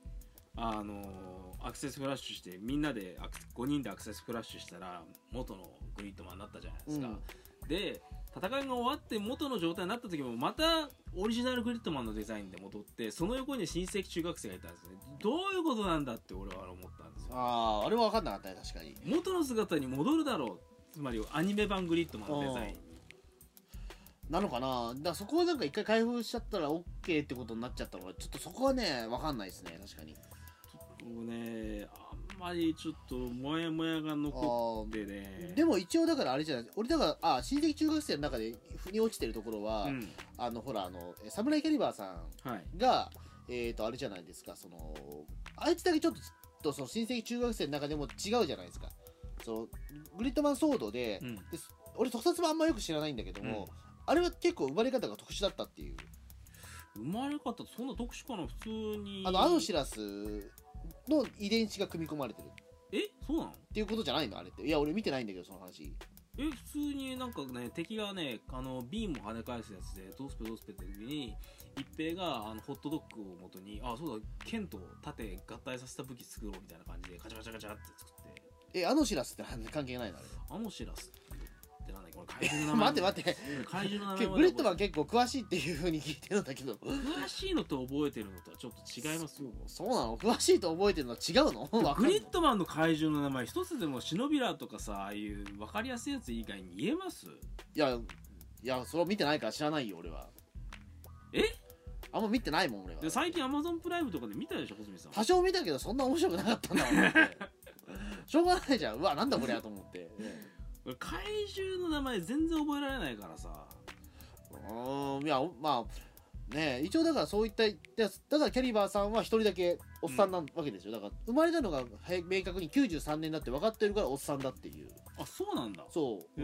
アクセスフラッシュしてみんなで5人でアクセスフラッシュしたら元のグリッドマンになったじゃないですか、で戦いが終わって元の状態になった時もまたオリジナルグリッドマンのデザインで戻って、その横に新世紀中学生がいたんですね。どういうことなんだって俺は思ったんですよ。 あれは分かんなかったね。確かに元の姿に戻るだろう、つまりアニメ版グリッドマンのデザインなのかな。だからそこはなんか一回開封しちゃったら OK ってことになっちゃったのがちょっとそこはね分かんないですね。確かにもうね、あんまりちょっとモヤモヤが残ってね。 でも一応だからあれじゃない、俺だから親戚中学生の中で腑に落ちてるところは、ほらサムライキャリバーさんが、あれじゃないですか、そのあいつだけちょっとその親戚中学生の中でも違うじゃないですか。そのグリッドマンソードで、俺特撮もあんまよく知らないんだけども、あれは結構生まれ方が特殊だったっていう。 生まれ方そんな特殊かな。普通にアノシラスの遺伝子が組み込まれてるそうなのっていうことじゃないのあれって。いや俺見てないんだけどその話。 普通になんかね、敵がねビームを跳ね返すやつでどうスペって時に一平がホットドッグを元にそうだ剣と盾合体させた武器作ろうみたいな感じでガチャガチャガチャって作って。 アノシラスって関係ないのあれ。 アノシラスってなんだっけ、これ怪獣の名前待って怪獣の名前グリッドマン結構詳しいっていう風に聞いてるんだけど詳しいのと覚えてるのとはちょっと違いますよ。 そうなの？詳しいと覚えてるのは違うの？ グリッドマンの怪獣の名前一つでもシノビラとかさ、ああいう分かりやすいやつ以外に言えます？ いやそれは見てないから知らないよ俺は。あんま見てないもん俺は。 で最近 Amazon プライムとかで見たでしょ小泉さん。 多少見たけどそんな面白くなかったんだもんってしょうがないじゃん。うわなんだこれやと思って怪獣の名前全然覚えられないからさ。 いやまあね、一応だからそういっただからキャリバーさんは一人だけおっさんなわけですよ。だから生まれたのが明確に93年だって分かってるからおっさんだっていう。 そうなんだ。 そう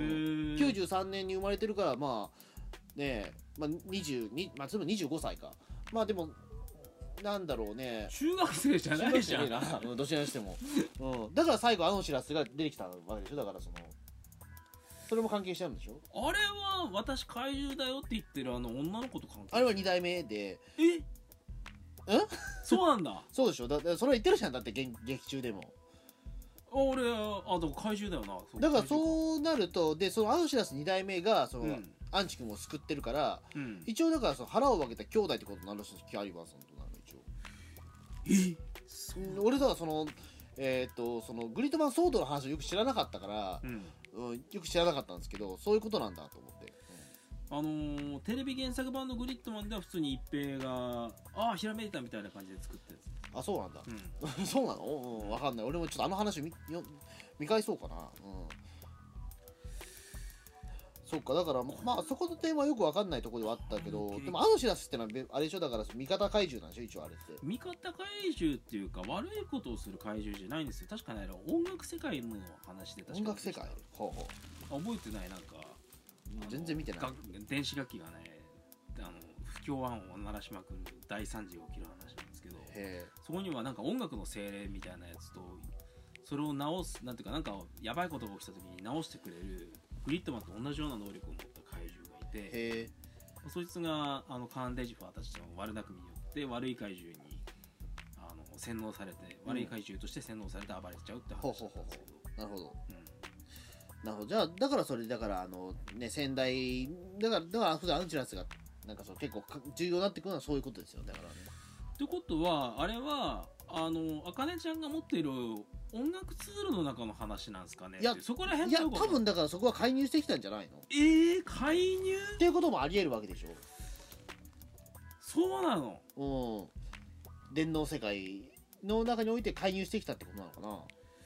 93年に生まれてるからまあね22まあつまり25歳か。まあでもなんだろうね、 中学生じゃないじゃん。 どちらにしても、だから最後アノシラスが出てきたわけでしょ。だからそれも関係しちゃうんでしょ。 あれは私怪獣だよって言ってる女の子と関係。 あれは2代目で。 そうなんだ。 そうでしょ。だそれは言ってるじゃん。だって劇中でも俺だから怪獣だよな。 だからそうなるとでそのアノシラス2代目がその、アンチ君を救ってるから、一応だからその腹を分けた兄弟ってことになるらしいです。キャリバーさんとなる一応。俺だからそのグリッドマンソードの話をよく知らなかったから、よく知らなかったんですけど、そういうことなんだと思って。 テレビ原作版のグリッドマンでは普通に一平がひらめいたみたいな感じで作ったやつ。 そうなんだ、そうなの？分かんない。俺もちょっとあの話見返そうかな。そうか。だからまあそこの点はよく分かんないところではあったけど、でもアノシラスってのはあれでしょ。だから味方怪獣なんでしょ一応あれって。 味方怪獣っていうか悪いことをする怪獣じゃないんですよ。確かね音楽世界の話で確か。 音楽世界？ほうほう。覚えてない？なんか全然見てない。 電子楽器がね不協和音を鳴らしまくる大惨事が起きる話なんですけど、そこにはなんか音楽の精霊みたいなやつとそれを直すなんていうかなんかやばいことが起きた時に直してくれるグリッドマンと同じような能力を持った怪獣がいて、そいつがカーン・デジファーたちとの悪巧みによって悪い怪獣に洗脳されて、悪い怪獣として洗脳されて暴れちゃうって話なんですけど。 なるほど。 なるほど。じゃあだからそれだからね先代だから普段アンチュラスがなんかそう結構重要になってくるのはそういうことですよだからね。 ってことはあれはあかねちゃんが持っている音楽ツールの中の話なんですかね。 いやそこら辺いや多分だからそこは介入してきたんじゃないの介入っていうこともありえるわけでしょ。 そうなの。 電脳世界の中において介入してきたってことなのかな。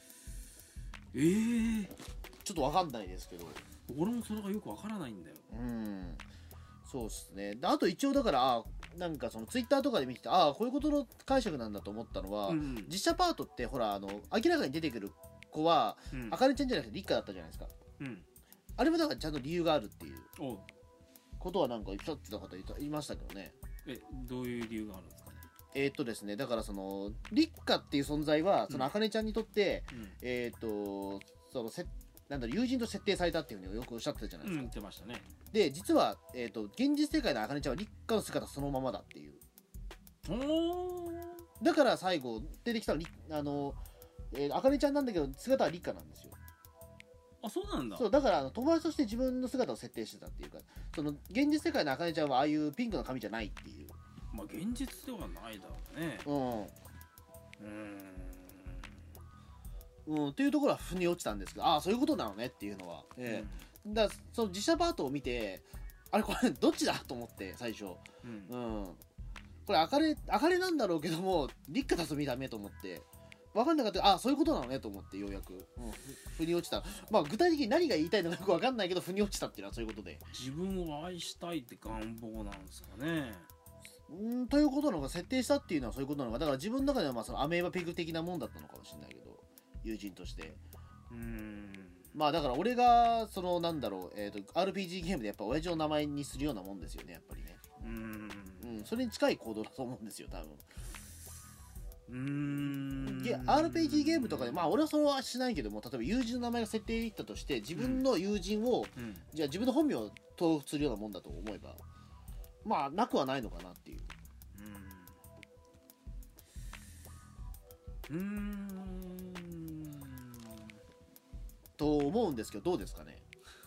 ちょっとわかんないですけど、 俺もそれがよくわからないんだよ。 そうですね。あと一応だからなんかそのツイッターとかで見ててこういうことの解釈なんだと思ったのは、実写パートってほら明らかに出てくる子はあかねちゃんじゃなくてリッカだったじゃないですか。あれもだからちゃんと理由があるっていうことはなんかさっきの方言いましたけどね。 どういう理由があるんですかね。 ですね、だからそのリッカっていう存在はそのあかねちゃんにとって、そのなんだろう友人と設定されたっていうふうによくおっしゃってたじゃないですか。 言ってましたね。 で実は、現実世界のあかねちゃんはリッカの姿そのままだっていう。だから最後出てきたのあかねちゃんなんだけど姿はリッカなんですよ。 そうなんだ。 そうだから友達として自分の姿を設定してたっていうか、その現実世界のあかねちゃんはああいうピンクの髪じゃないっていう。 まあ現実ではないだろうね。 っていうところは腑に落ちたんですけど、そういうことなのねっていうのは、だからその実写パートを見てこれどっちだと思って最初、これあかねなんだろうけどもリッカだと見た目と思って分かんなかった。そういうことなのねと思ってようやく、腑に落ちた。まあ具体的に何が言いたいのかよく分かんないけど腑に落ちたっていうのはそういうことで、 自分を愛したいって願望なんですかね。 ということなのか、設定したっていうのはそういうことなのか。だから自分の中ではまあそのアメーバペグ的なもんだったのかもしれないけど、友人としてまあだから俺がそのなんだろう、RPG ゲームでやっぱ親父の名前にするようなもんですよねやっぱりね。それに近い行動だと思うんですよ多分。RPG ゲームとかで俺はそれはしないけども、例えば友人の名前が設定できたとして自分の友人を、じゃあ自分の本名を登録するようなもんだと思えばまあなくはないのかなっていう。と思うんですけどどうですかね。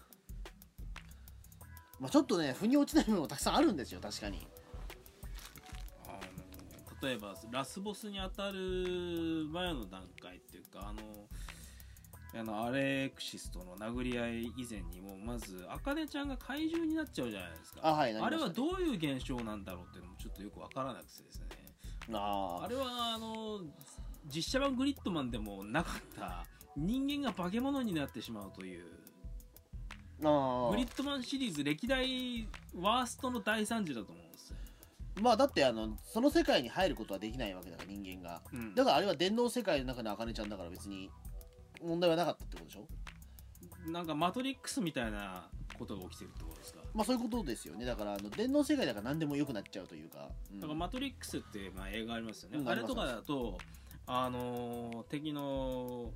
ちょっとね腑に落ちない部分もたくさんあるんですよ確かに。 例えばラスボスに当たる前の段階っていうかアレクシスとの殴り合い以前にもまずあかねちゃんが怪獣になっちゃうじゃないですか。あれはどういう現象なんだろうっていうのもちょっとよくわからなくてですね。あれは実写版グリッドマンでもなかった人間が化け物になってしまうというグリッドマンシリーズ歴代ワーストの大惨事だと思うんですよ。 だってその世界に入ることはできないわけだから人間が、だからあれは電脳世界の中のあかねちゃんだから別に問題はなかったってことでしょ。 なんかマトリックスみたいなことが起きてるってことですか。 そういうことですよね。だから電脳世界だから何でも良くなっちゃうというか、 だからマトリックスって映画ありますよね。あれとかだと敵の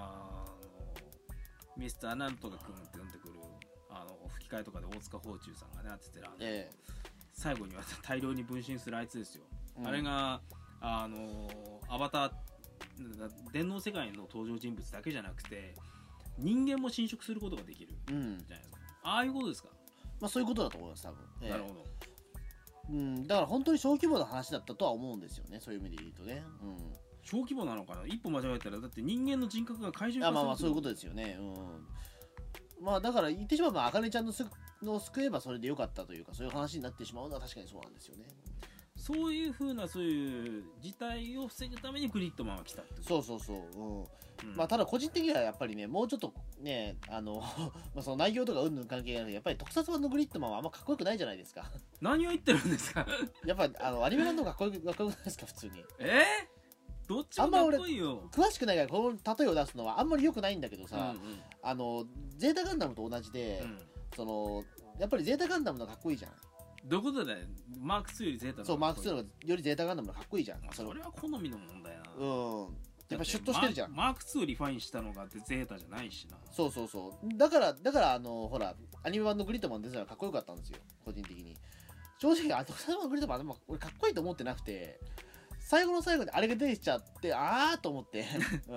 ミスターなんとかくんって呼んでくる吹き替えとかで大塚芳忠さんがね当ててる最後には大量に分身するあいつですよ。あれがアバター電脳世界の登場人物だけじゃなくて人間も侵食することができるじゃないですか。ああいうことですか。 そういうことだと思います多分。 なるほど。だから本当に小規模な話だったとは思うんですよねそういう意味で言うとね。 小規模なのかな。一歩間違えたらだって人間の人格が怪獣化する。 そういうことですよね。だから言ってしまえばあかねちゃんの救えばそれでよかったというかそういう話になってしまうのは確かにそうなんですよね。 そういう風なそういう事態を防ぐためにグリッドマンは来たって。 そうただ個人的にはやっぱりねもうちょっとねその内容とかうんぬん関係がなくてやっぱり特撮版のグリッドマンはあんまかっこよくないじゃないですか。 何を言ってるんですか。 やっぱりアニメ版の方がかっこよくないですか普通に。 どっちもかっこいいよ。 詳しくないからこの例えを出すのはあんまり良くないんだけどさ、ゼータガンダムと同じで、そのやっぱりゼータガンダムのかっこいいじゃん。 どういうことだよ。マーク2よりゼータのそうマーク2の方がよりゼータガンダムのかっこいいじゃん。 それは好みの問題な。 やっぱシュッとしてるじゃん。 マーク2をリファインしたのがゼータじゃないしな。 そうだからほらアニメ版のグリッドマン出たらかっこよかったんですよ個人的に。正直特撮版のグリッドマン俺かっこいいと思ってなくて最後の最後であれが出てきちゃってと思って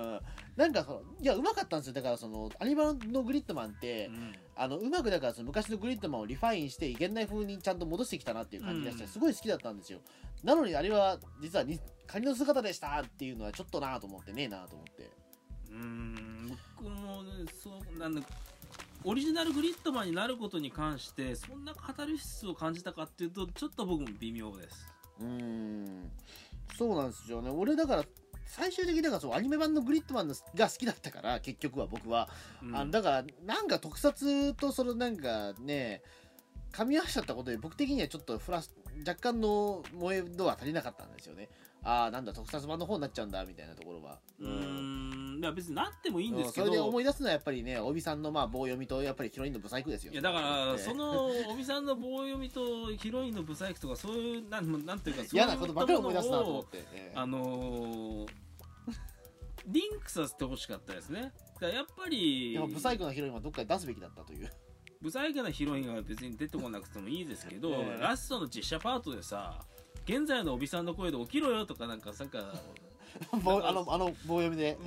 なんかいやうまかったんですよ。だからそのアニバのグリッドマンって、うまくだからその昔のグリッドマンをリファインして現代風にちゃんと戻してきたなっていう感じがしてすごい好きだったんですよ。なのにあれは実はカニの姿でしたっていうのはちょっとなと思ってねえなと思って。 僕もね、そうなんだ、オリジナルグリッドマンになることに関してそんなカタルシスを感じたかっていうとちょっと僕も微妙です。 そうなんですよね。俺だから最終的にだからそうアニメ版のグリッドマンが好きだったから結局は僕は、だからなんか特撮とそのなんかね噛み合わせちゃったことで僕的にはちょっと若干の萌え度は足りなかったんですよね。なんだ特撮版の方になっちゃうんだみたいなところは。 いや別になってもいいんですけど、 それで思い出すのはやっぱりね、帯さんの棒読みとやっぱりヒロインのブサイクですよ。 いやだからその帯さんの棒読みとヒロインのブサイクとかそういうなんていうか嫌なことばっかり思い出すなと思って、 リンクさせてほしかったですね。だからやっぱりブサイクなヒロインはどっかで出すべきだったという。 ブサイクなヒロインは別に出てこなくてもいいですけど、ラストの実写パートでさ、現在の帯さんの声で起きろよとかなんか棒読みで、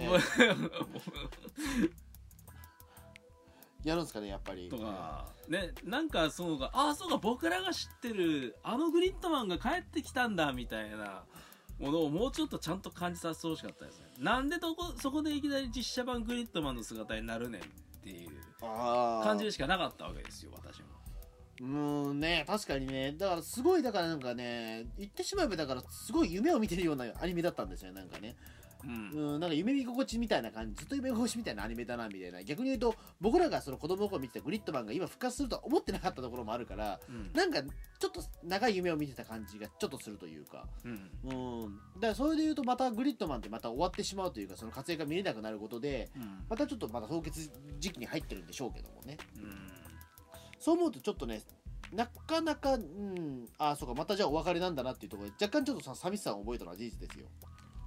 やるんですかねやっぱりとかね、なんかそうか僕らが知ってるあのグリッドマンが帰ってきたんだみたいなものをもうちょっとちゃんと感じさせてほしかったですね。なんでそこでいきなり実写版グリッドマンの姿になるねんっていう感じでしかなかったわけですよ私も。 ね、確かにね。だからすごい、だからなんかね、言ってしまえばだからすごい夢を見てるようなアニメだったんですよなんかね。なんか夢見心地みたいな感じ、ずっと夢見心地みたいなアニメだなみたいな。逆に言うと僕らがその子供の頃見てたグリッドマンが今復活するとは思ってなかったところもあるから、なんかちょっと長い夢を見てた感じがちょっとするというか、だからそれで言うとまたグリッドマンってまた終わってしまうというか、その活躍が見れなくなることで、またちょっとまた凍結時期に入ってるんでしょうけどもね。そう思うとちょっとね、なかなか、そうか、またじゃあお別れなんだなっていうところで若干ちょっと寂しさを覚えたのは事実ですよ。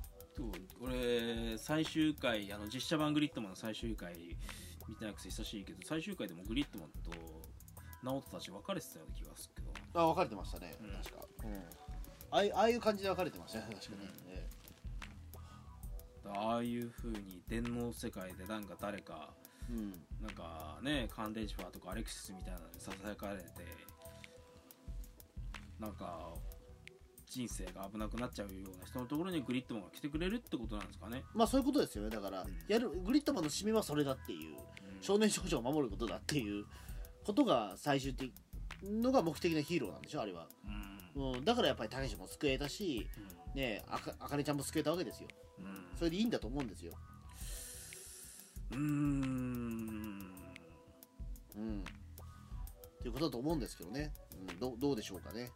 俺最終回実写版グリッドマンの最終回見てなくて久しいけど、最終回でもグリッドマンと直人たち別れてたような気がするけど。 別れてましたね、確か。ああいう感じで別れてましたね確かに。 ああいう風に電脳世界でなんか誰かなんかね、カンデンシファーとかアレクシスみたいなのにささやかれてなんか人生が危なくなっちゃうような人のところにグリッドマンが来てくれるってことなんですかね。 まあそういうことですよね。だから、グリッドマンの使命はそれだっていう、少年少女を守ることだっていうことが最終的のが目的のヒーローなんでしょあれは。だからやっぱりたけしも救えたし、ね、あかねちゃんも救えたわけですよ。それでいいんだと思うんですよ。ということだと思うんですけどね。どうでしょうかね。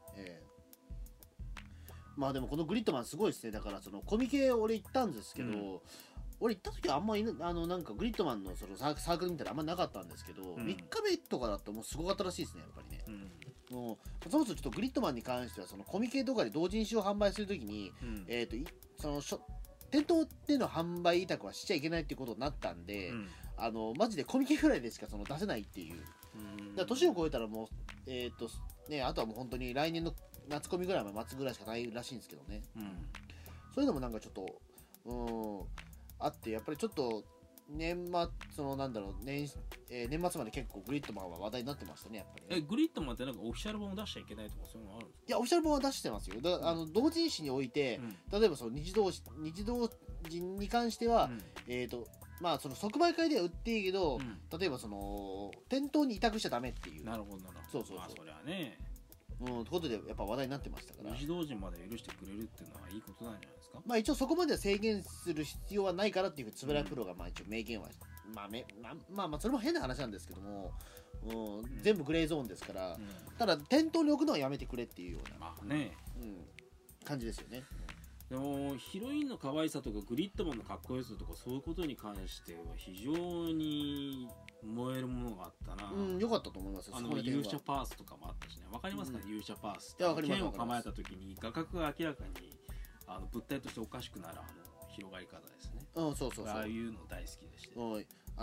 まあでもこのグリッドマンすごいですね。だからそのコミケ俺行ったんですけど、俺行った時はあんまりなんかグリッドマンのそのサークルみたいなあんまなかったんですけど、3日目とかだともうすごかったらしいですねやっぱりね。もうそもそもちょっとグリッドマンに関してはそのコミケとかで同人誌を販売するときに、その店頭での販売委託はしちゃいけないっていうことになったんで、マジでコミケぐらいでしかその出せないっていう。だから年を超えたらもうあとはもう本当に来年の夏コミぐらいまで待つぐらいしかないらしいんですけどね。そういうのもなんかちょっとあってやっぱりちょっと年末のなんだろう年末まで結構グリッドマンは話題になってましたねやっぱり、ね。 グリッドマンってなんかオフィシャル本を出しちゃいけないとかそういうのあるんですか？ いやオフィシャル本は出してますよ。同人誌において、例えばその日同人に関しては、まあその即売会では売っていいけど、例えばその店頭に委託しちゃダメっていう。 なるほどなるほど。そうそれはね。 ということでやっぱ話題になってましたから。 二次同人まで許してくれるっていうのはいいことなんじゃないですか。 まあ一応そこまでは制限する必要はないからっていうつぶらやプロがまあ一応明言は、まあそれも変な話なんですけども、全部グレーゾーンですから、ただ店頭に置くのはやめてくれっていうような、感じですよね。 でもヒロインの可愛さとかグリッドマンのかっこよさとかそういうことに関しては非常に燃えるものがあったな。 良かったと思います。 勇者パースとかもあったしね。わかりますかね、勇者パース。剣を構えた時に画角が明らかに物体としておかしくなる広がり方ですね。 そうああいうの大好きでした。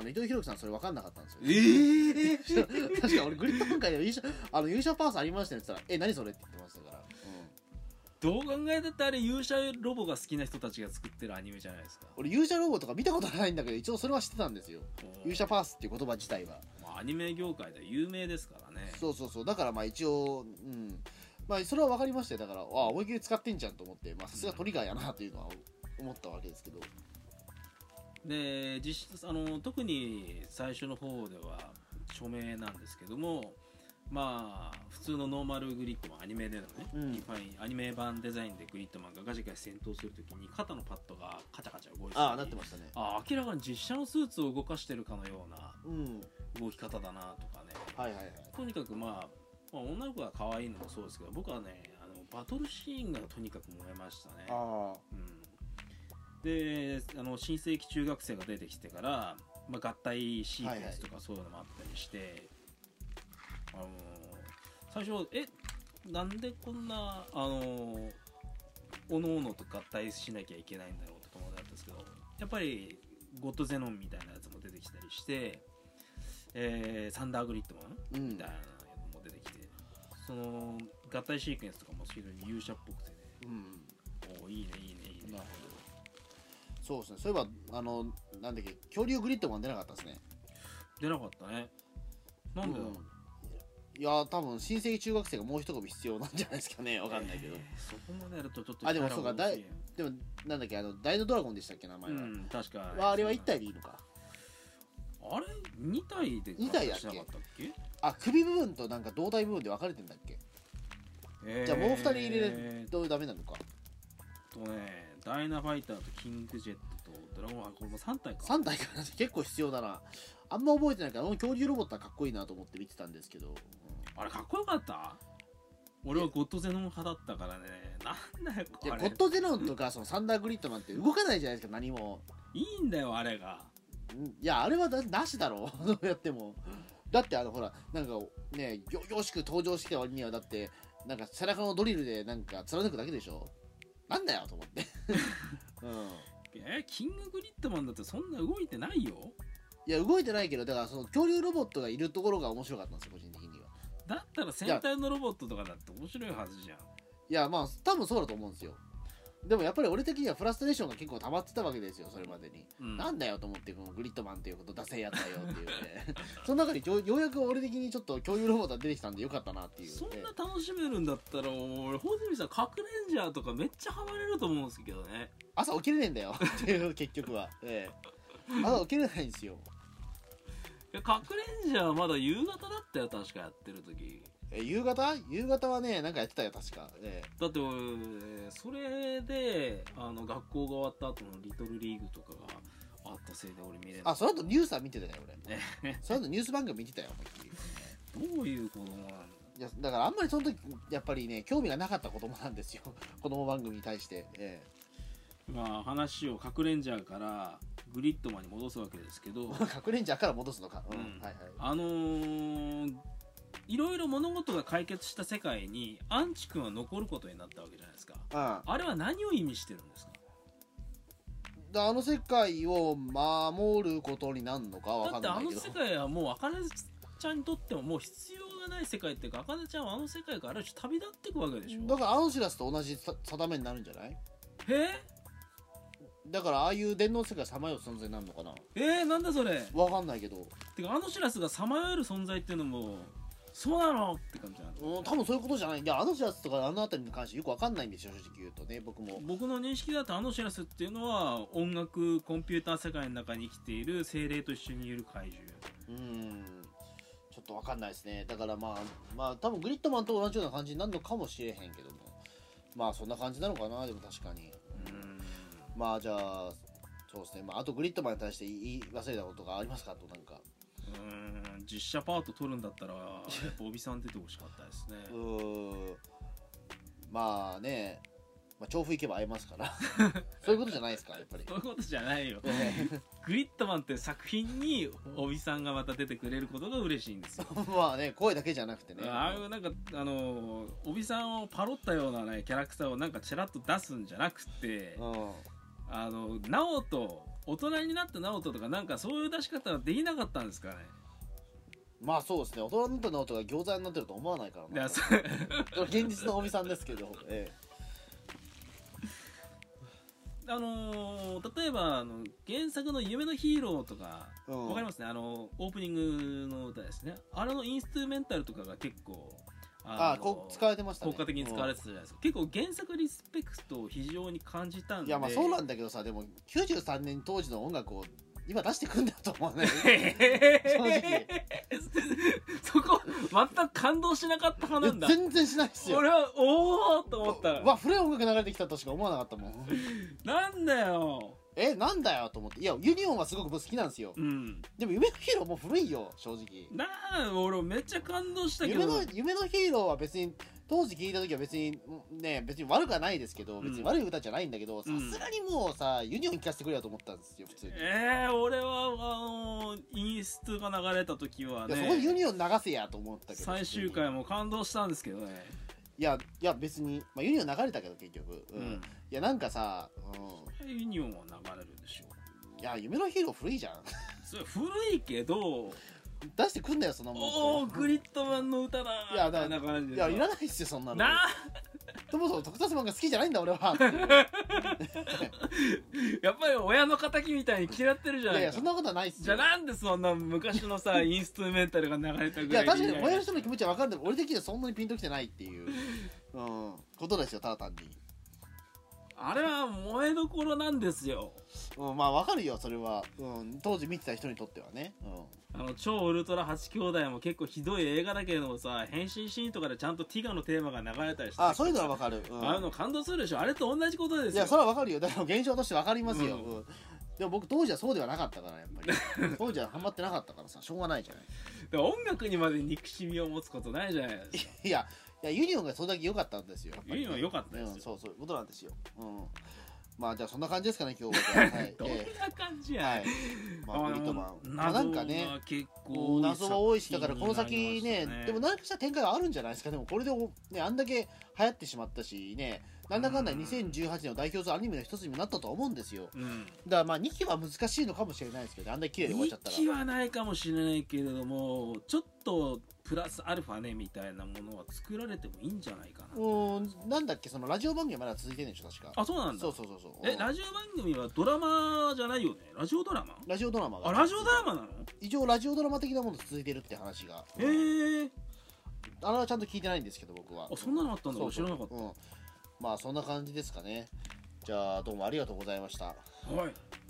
伊藤博樹さんそれ分かんなかったんですよ。確か俺グリッドマン界で勇者パースありましたねって言ったら何それって言ってましたから。 どう考えたってあれ勇者ロボが好きな人たちが作ってるアニメじゃないですか。 俺勇者ロボとか見たことないんだけど一応それは知ってたんですよ。勇者パースっていう言葉自体は、 まあ、アニメ業界では有名ですからね。 そうそうそう、だからまあ一応まあそれは分かりましたよ。だから思いっきり使ってんじゃんと思って、まあさすがトリガーやなというのは思ったわけですけど、 で実質特に最初の方では署名なんですけども、まあ普通のノーマルグリッドマンアニメでのね、リファインアニメ版デザインでグリッドマンがガチガチ戦闘するときに肩のパッドがカチャカチャ動いてなってましたね。 明らかに実写のスーツを動かしてるかのような動き方だなとかね、 はいはいはい。 とにかくまあ女の子が可愛いのもそうですけど、僕はねバトルシーンがとにかく燃えましたね。で新世紀中学生が出てきてから、まあ、合体シーケンスとかそういうのもあったりして、最初なんでこんなおのおのと合体しなきゃいけないんだろうとか思ったんですけど、やっぱりゴッドゼノンみたいなやつも出てきたりして、サンダーグリッドマンみたいなのも出てきて、その合体シークエンスとかも非常に勇者っぽくてね、いいねいいねいいね。なるほど。 そうですね。そういえばなんだっけ、恐竜グリッドマン出なかったですね。 出なかったね。なんでだろう。 いや多分新世紀中学生がもう一組必要なんじゃないですかね。わかんないけど、 そこまでやるとちょっとでもそうか、でもなんだっけ、ダイノドラゴンでしたっけ名前は。 確かあれは1体でいいのか。 あれ2体で 2体だっけ。首部分となんか胴体部分で分かれてんだっけ。じゃあもう2人入れるとダメなのか。 ダイナファイターとキングジェットとドラゴン、これも3体か。 3体かな。結構必要だな。あんま覚えてないから恐竜ロボットはかっこいいなと思って見てたんですけど、 あれかっこよかった。俺はゴッドゼノン派だったからね。なんだよこれ。 ゴッドゼノンとかそのサンダーグリッドマンって動かないじゃないですか、何も。 いいんだよあれが。 いやあれはなしだろどうやっても。だってほらなんかね、よしく登場してきた割にはだってなんか背中のドリルでなんか貫くだけでしょ。なんだよと思ってキンググリッドマンだってそんな動いてないよ。 いや動いてないけど、だからその恐竜ロボットがいるところが面白かったんですよ、個人的には。 だったら戦隊のロボットとかだって面白いはずじゃん。 いやまあ多分そうだと思うんですよ。でもやっぱり俺的にはフラストレーションが結構溜まってたわけですよ、それまでに。なんだよと思って、このグリッドマンっていうこと出せやったよっていうねその中にようやく俺的にちょっと恐竜ロボットが出てきたんでよかったなっていう、 そんな楽しめるんだったら俺ホズミさん核レンジャーとかめっちゃハマれると思うんですけどね。 朝起きれねえんだよっていう結局は、朝起きれないんですよ。 いや核レンジャーはまだ夕方だったよ確かやってる時。 夕方はねなんかやってたよ確か、 だってそれで学校が終わった後のリトルリーグとかがあったせいで俺見れない。 その後ニュースは見てたよ俺その後ニュース番組見てたよどういう子供なの。 いやだからあんまりその時やっぱりね興味がなかった子供なんですよ子供番組に対して、 まあ話を核レンジャーからグリッドマンに戻すわけですけど核レンジャーから戻すのか、 いろいろ物事が解決した世界にアンチ君は残ることになったわけじゃないですか。あれは何を意味してるんですか。 世界を守ることになるのかわかんないけど、 だって世界はもう茜ちゃんにとってももう必要がない世界っていうか、茜ちゃんは世界から旅立っていくわけでしょ。 だからアンシラスと同じ定めになるんじゃない。だからああいう電脳世界さまよう存在になるのかな。 なんだそれ。 わかんないけど。 てかシラスがさまよえる存在っていうのもそうなのって感じなんです。 多分そういうことじゃない。いやシラスとかあ辺りに関してよくわかんないんですよ、正直言うとね。僕の認識だとシラスっていうのは音楽コンピューター世界の中に生きている精霊と一緒にいる怪獣。 ちょっとわかんないですね。だからまあ多分グリッドマンと同じような感じになるのかもしれへんけども、まあそんな感じなのかな。でも確かにまあじゃあそうですね。あとグリッドマンに対して言い忘れたことがありますか。となんか実写パート撮るんだったらやっぱ帯さん出てほしかったですねまあね、調布行けば会えますからそういうことじゃないですか。やっぱりそういうことじゃないよグリッドマンって作品に帯さんがまた出てくれることが嬉しいんですよまあね、声だけじゃなくてね、 なんか帯さんをパロったようなねキャラクターをなんかちらっと出すんじゃなくて、直人大人になった直人とかなんかそういう出し方はできなかったんですかね。 まあそうですね。大人になった直人が餃子になってると思わないからな。いやそれ現実の帯さんですけど、 例えば原作の夢のヒーローとか、わかりますね、オープニングの歌ですね、あれのインストゥルメンタルとかが結構使われてましたね。 効果的に使われてたじゃないですか。結構原作リスペクトを非常に感じたんで。 いやまあそうなんだけどさ、でも93年当時の音楽を今出してくんだと思うね正直そこ全く感動しなかった派なんだ。 全然しないっすよ。 俺はおーと思った。 わ、古い音楽流れてきたとしか思わなかったもんなんだよ。 なんだよと思って。いやユニオンはすごく好きなんですよ、でも夢のヒーローもう古いよ正直。 俺めっちゃ感動したけど、 夢のヒーローは別に当時聞いた時は別に悪くはないですけど、別に悪い歌じゃないんだけど、さすがにもうさユニオン聞かせてくれよと思ったんですよ普通に。 俺はインストが流れた時はね、 そこでユニオン流せやと思ったけど、 最終回も感動したんですけどね。 いや別に、ユニオン流れたけど結局、いやなんかさ、 ユニオンは流れるでしょ。 いや夢のヒーロー古いじゃんそれ古いけど出してくんだよそのもん。 グリッドマンの歌だー。いやだからいやいらないっすよそんなの。そもそも特撮マンが好きじゃないんだ俺はやっぱり親の敵みたいに嫌ってるじゃないか。 いやそんなことはないっすよ。 じゃあなんでそんな昔のさインストゥルメンタルが流れたぐらい。 いや確かに親の人の気持ちは分かるんだけど、俺的にはそんなにピンときてないっていうことですよただ単に。 あれは燃えどころなんですよ。 まあ分かるよそれは、当時見てた人にとってはね。 超ウルトラ8兄弟も結構ひどい映画だけれどもさ、変身シーンとかでちゃんとティガのテーマが流れたりして、 そういうのは分かる、 ああいうの感動するでしょ。あれと同じことですよ。 いやそれは分かるよ。だから現象として分かりますよ、でも僕当時はそうではなかったからやっぱり当時はハマってなかったからさしょうがないじゃない。 でも音楽にまで憎しみを持つことないじゃないですか。 いやユニオンがそれだけ良かったんですよ。 ユニオンは良かったですよ、 そういうことなんですよ。まあじゃあそんな感じですかね今日は。 どんな感じや。 グリッドマンなんかね結構謎は多いし、だからこの先ねでも何かした展開はあるんじゃないですか。でもこれでねあんだけ流行ってしまったしね、なんだかんだ2018年の代表作アニメの一つにもなったと思うんですよ。だからまあ2期は難しいのかもしれないですけど、あんだけ綺麗に終わっちゃったら。 2期はないかもしれないけれども、ちょっとプラスアルファねみたいなものは作られてもいいんじゃないかな。 なんだっけそのラジオ番組はまだ続いてるんでしょ確か。 そうなんだ。 そうラジオ番組はドラマじゃないよね。ラジオドラマラジオドラマがラジオドラマなの。 一応ラジオドラマ的なもの続いてるって話が。あれはちゃんと聞いてないんですけど僕は。 そんなのあったんだ。知らなかった。 まあそんな感じですかね。じゃあどうもありがとうございました。 はい。